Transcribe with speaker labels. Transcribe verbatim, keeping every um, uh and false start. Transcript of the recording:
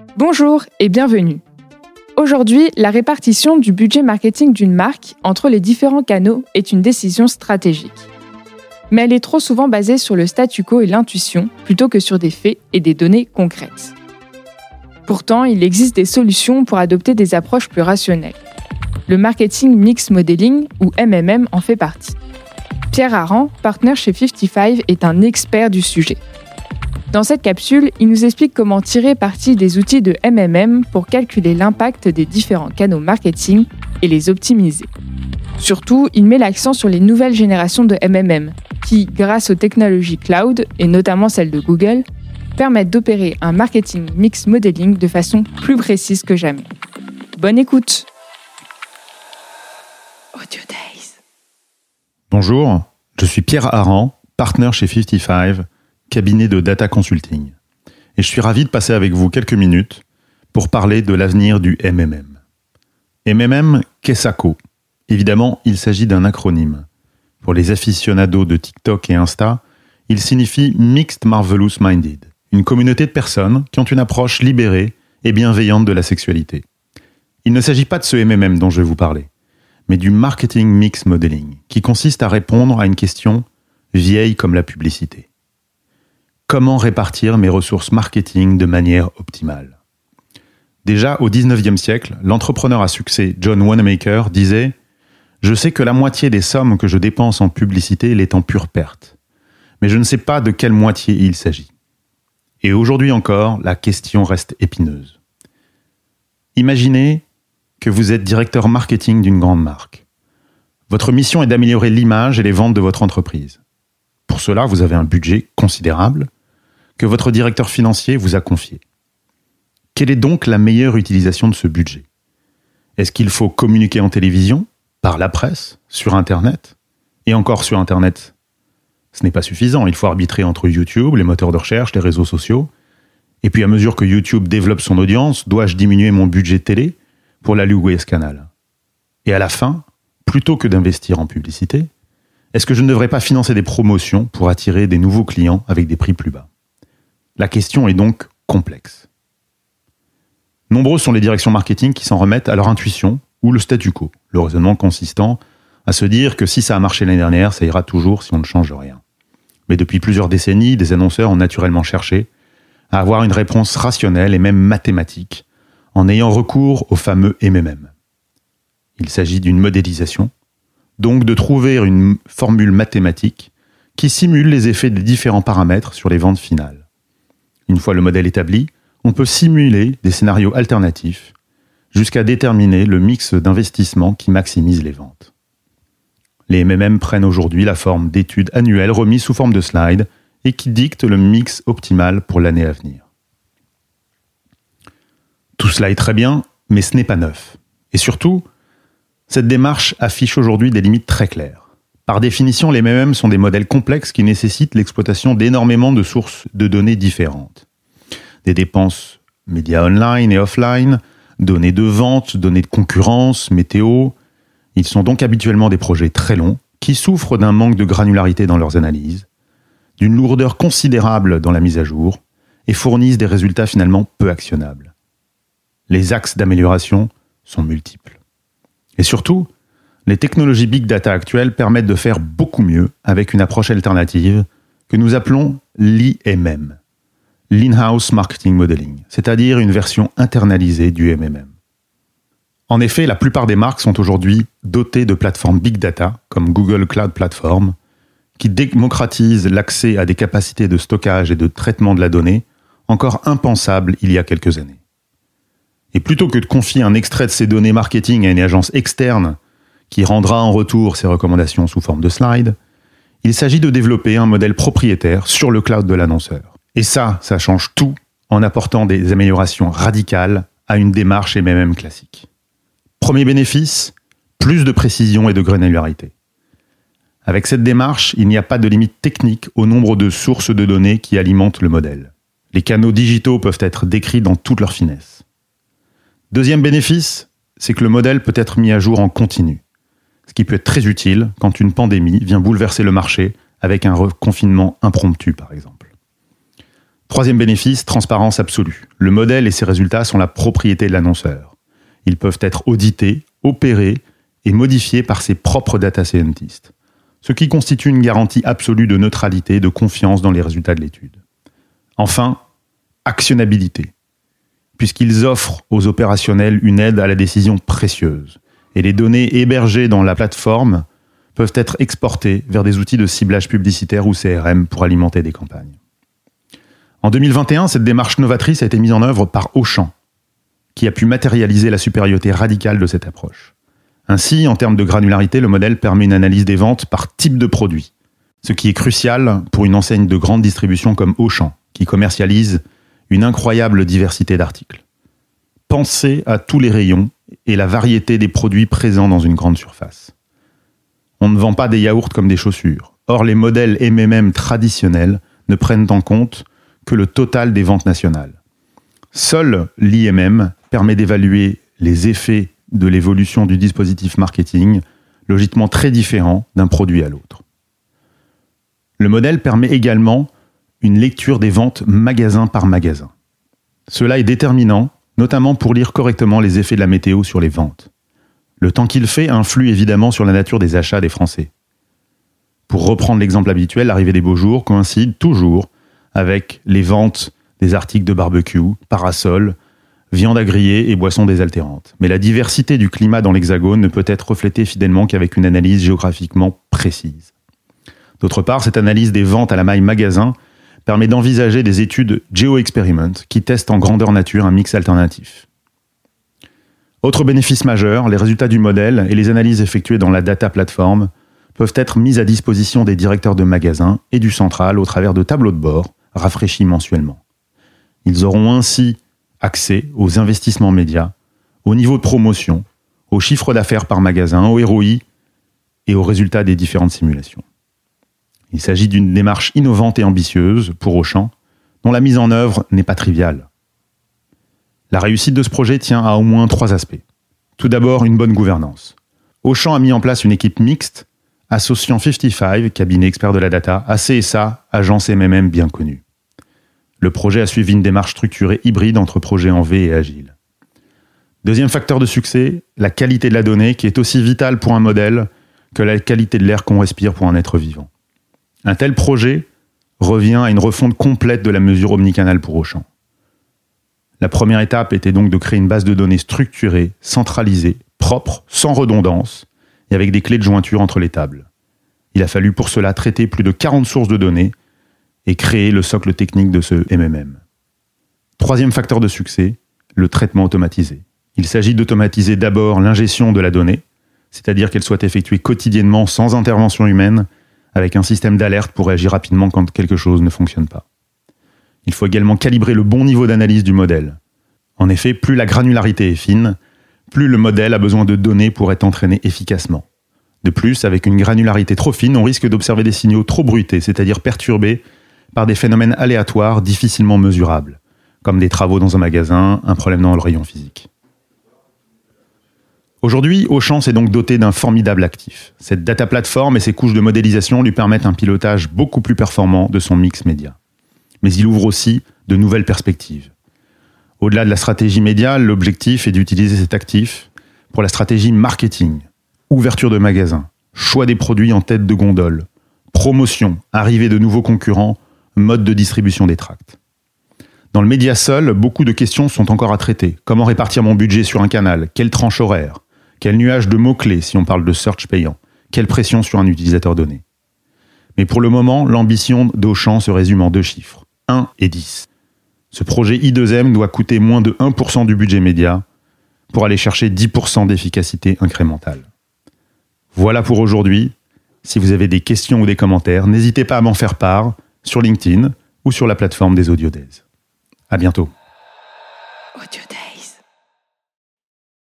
Speaker 1: Bonjour et bienvenue. Aujourd'hui, la répartition du budget marketing d'une marque entre les différents canaux est une décision stratégique. Mais elle est trop souvent basée sur le statu quo et l'intuition plutôt que sur des faits et des données concrètes. Pourtant, il existe des solutions pour adopter des approches plus rationnelles. Le marketing mix modeling, ou M M M, en fait partie. Pierre Harand, partenaire chez cinquante-cinq, est un expert du sujet. Dans cette capsule, il nous explique comment tirer parti des outils de M M M pour calculer l'impact des différents canaux marketing et les optimiser. Surtout, il met l'accent sur les nouvelles générations de M M M, qui, grâce aux technologies cloud, et notamment celles de Google, permettent d'opérer un marketing mix modeling de façon plus précise que jamais. Bonne écoute! Audio Days.
Speaker 2: Bonjour, je suis Pierre Harand, partenaire chez cinquante-cinq, cabinet de data consulting. Et je suis ravi de passer avec vous quelques minutes pour parler de l'avenir du M M M. M M M, qu'est-ce que ça? Évidemment, il s'agit d'un acronyme. Pour les aficionados de TikTok et Insta, il signifie Mixed Marvelous Minded, une communauté de personnes qui ont une approche libérée et bienveillante de la sexualité. Il ne s'agit pas de ce M M M dont je vais vous parler, mais du marketing mix modeling, qui consiste à répondre à une question vieille comme la publicité. Comment répartir mes ressources marketing de manière optimale? Déjà, au dix-neuvième siècle, l'entrepreneur à succès John Wanamaker disait « Je sais que la moitié des sommes que je dépense en publicité l'est en pure perte, mais je ne sais pas de quelle moitié il s'agit. » Et aujourd'hui encore, la question reste épineuse. Imaginez que vous êtes directeur marketing d'une grande marque. Votre mission est d'améliorer l'image et les ventes de votre entreprise. Pour cela, vous avez un budget considérable que votre directeur financier vous a confié. Quelle est donc la meilleure utilisation de ce budget? Est-ce qu'il faut communiquer en télévision, par la presse, sur Internet? Et encore sur Internet, ce n'est pas suffisant. Il faut arbitrer entre YouTube, les moteurs de recherche, les réseaux sociaux. Et puis à mesure que YouTube développe son audience, dois-je diminuer mon budget télé pour la louer ce canal? Et à la fin, plutôt que d'investir en publicité, est-ce que je ne devrais pas financer des promotions pour attirer des nouveaux clients avec des prix plus bas? La question est donc complexe. Nombreuses sont les directions marketing qui s'en remettent à leur intuition ou le statu quo, le raisonnement consistant à se dire que si ça a marché l'année dernière, ça ira toujours si on ne change rien. Mais depuis plusieurs décennies, des annonceurs ont naturellement cherché à avoir une réponse rationnelle et même mathématique en ayant recours au fameux M M M. Il s'agit d'une modélisation, donc de trouver une formule mathématique qui simule les effets des différents paramètres sur les ventes finales. Une fois le modèle établi, on peut simuler des scénarios alternatifs jusqu'à déterminer le mix d'investissement qui maximise les ventes. Les M M M prennent aujourd'hui la forme d'études annuelles remises sous forme de slides et qui dictent le mix optimal pour l'année à venir. Tout cela est très bien, mais ce n'est pas neuf. Et surtout, cette démarche affiche aujourd'hui des limites très claires. Par définition, les M M M sont des modèles complexes qui nécessitent l'exploitation d'énormément de sources de données différentes. Des dépenses médias online et offline, données de vente, données de concurrence, météo. Ils sont donc habituellement des projets très longs qui souffrent d'un manque de granularité dans leurs analyses, d'une lourdeur considérable dans la mise à jour et fournissent des résultats finalement peu actionnables. Les axes d'amélioration sont multiples. Et surtout, les technologies Big Data actuelles permettent de faire beaucoup mieux avec une approche alternative que nous appelons l'I M M, l'In-House Marketing Modeling, c'est-à-dire une version internalisée du M M M. En effet, la plupart des marques sont aujourd'hui dotées de plateformes Big Data, comme Google Cloud Platform, qui démocratisent l'accès à des capacités de stockage et de traitement de la donnée encore impensables il y a quelques années. Et plutôt que de confier un extrait de ces données marketing à une agence externe qui rendra en retour ses recommandations sous forme de slides, il s'agit de développer un modèle propriétaire sur le cloud de l'annonceur. Et ça, ça change tout en apportant des améliorations radicales à une démarche M M M classique. Premier bénéfice, plus de précision et de granularité. Avec cette démarche, il n'y a pas de limite technique au nombre de sources de données qui alimentent le modèle. Les canaux digitaux peuvent être décrits dans toute leur finesse. Deuxième bénéfice, c'est que le modèle peut être mis à jour en continu, ce qui peut être très utile quand une pandémie vient bouleverser le marché avec un reconfinement impromptu, par exemple. Troisième bénéfice, transparence absolue. Le modèle et ses résultats sont la propriété de l'annonceur. Ils peuvent être audités, opérés et modifiés par ses propres data scientists, ce qui constitue une garantie absolue de neutralité et de confiance dans les résultats de l'étude. Enfin, actionnabilité, puisqu'ils offrent aux opérationnels une aide à la décision précieuse, et les données hébergées dans la plateforme peuvent être exportées vers des outils de ciblage publicitaire ou C R M pour alimenter des campagnes. En deux mille vingt et un, cette démarche novatrice a été mise en œuvre par Auchan, qui a pu matérialiser la supériorité radicale de cette approche. Ainsi, en termes de granularité, le modèle permet une analyse des ventes par type de produit, ce qui est crucial pour une enseigne de grande distribution comme Auchan, qui commercialise une incroyable diversité d'articles. Pensez à tous les rayons et la variété des produits présents dans une grande surface. On ne vend pas des yaourts comme des chaussures. Or, les modèles M M M traditionnels ne prennent en compte que le total des ventes nationales. Seul l'I M M permet d'évaluer les effets de l'évolution du dispositif marketing, logiquement très différent d'un produit à l'autre. Le modèle permet également une lecture des ventes magasin par magasin. Cela est déterminant, notamment pour lire correctement les effets de la météo sur les ventes. Le temps qu'il fait influe évidemment sur la nature des achats des Français. Pour reprendre l'exemple habituel, l'arrivée des beaux jours coïncide toujours avec les ventes des articles de barbecue, parasols, viande à griller et boissons désaltérantes. Mais la diversité du climat dans l'Hexagone ne peut être reflétée fidèlement qu'avec une analyse géographiquement précise. D'autre part, cette analyse des ventes à la maille magasin permet d'envisager des études geo-experiment qui testent en grandeur nature un mix alternatif. Autre bénéfice majeur, les résultats du modèle et les analyses effectuées dans la data platform peuvent être mises à disposition des directeurs de magasins et du central au travers de tableaux de bord rafraîchis mensuellement. Ils auront ainsi accès aux investissements médias, au niveau de promotion, au chiffre d'affaires par magasin, au R O I et aux résultats des différentes simulations. Il s'agit d'une démarche innovante et ambitieuse pour Auchan, dont la mise en œuvre n'est pas triviale. La réussite de ce projet tient à au moins trois aspects. Tout d'abord, une bonne gouvernance. Auchan a mis en place une équipe mixte associant cinquante-cinq, cabinet expert de la data, à C S A, agence M M M bien connue. Le projet a suivi une démarche structurée hybride entre projet en V et agile. Deuxième facteur de succès, la qualité de la donnée qui est aussi vitale pour un modèle que la qualité de l'air qu'on respire pour un être vivant. Un tel projet revient à une refonte complète de la mesure omnicanale pour Auchan. La première étape était donc de créer une base de données structurée, centralisée, propre, sans redondance, et avec des clés de jointure entre les tables. Il a fallu pour cela traiter plus de quarante sources de données et créer le socle technique de ce M M M. Troisième facteur de succès, le traitement automatisé. Il s'agit d'automatiser d'abord l'ingestion de la donnée, c'est-à-dire qu'elle soit effectuée quotidiennement sans intervention humaine, avec un système d'alerte pour réagir rapidement quand quelque chose ne fonctionne pas. Il faut également calibrer le bon niveau d'analyse du modèle. En effet, plus la granularité est fine, plus le modèle a besoin de données pour être entraîné efficacement. De plus, avec une granularité trop fine, on risque d'observer des signaux trop bruités, c'est-à-dire perturbés par des phénomènes aléatoires difficilement mesurables, comme des travaux dans un magasin, un problème dans le rayon physique. Aujourd'hui, Auchan s'est donc doté d'un formidable actif. Cette data platform et ses couches de modélisation lui permettent un pilotage beaucoup plus performant de son mix média. Mais il ouvre aussi de nouvelles perspectives. Au-delà de la stratégie média, l'objectif est d'utiliser cet actif pour la stratégie marketing, ouverture de magasins, choix des produits en tête de gondole, promotion, arrivée de nouveaux concurrents, mode de distribution des tracts. Dans le média seul, beaucoup de questions sont encore à traiter. Comment répartir mon budget sur un canal ? Quelle tranche horaire ? Quel nuage de mots-clés si on parle de search payant ? Quelle pression sur un utilisateur donné ? Mais pour le moment, l'ambition d'Auchan se résume en deux chiffres, un et dix. Ce projet I deux M doit coûter moins de un pour cent du budget média pour aller chercher dix pour cent d'efficacité incrémentale. Voilà pour aujourd'hui. Si vous avez des questions ou des commentaires, n'hésitez pas à m'en faire part sur LinkedIn ou sur la plateforme des AudioDays. À bientôt. AudioDays.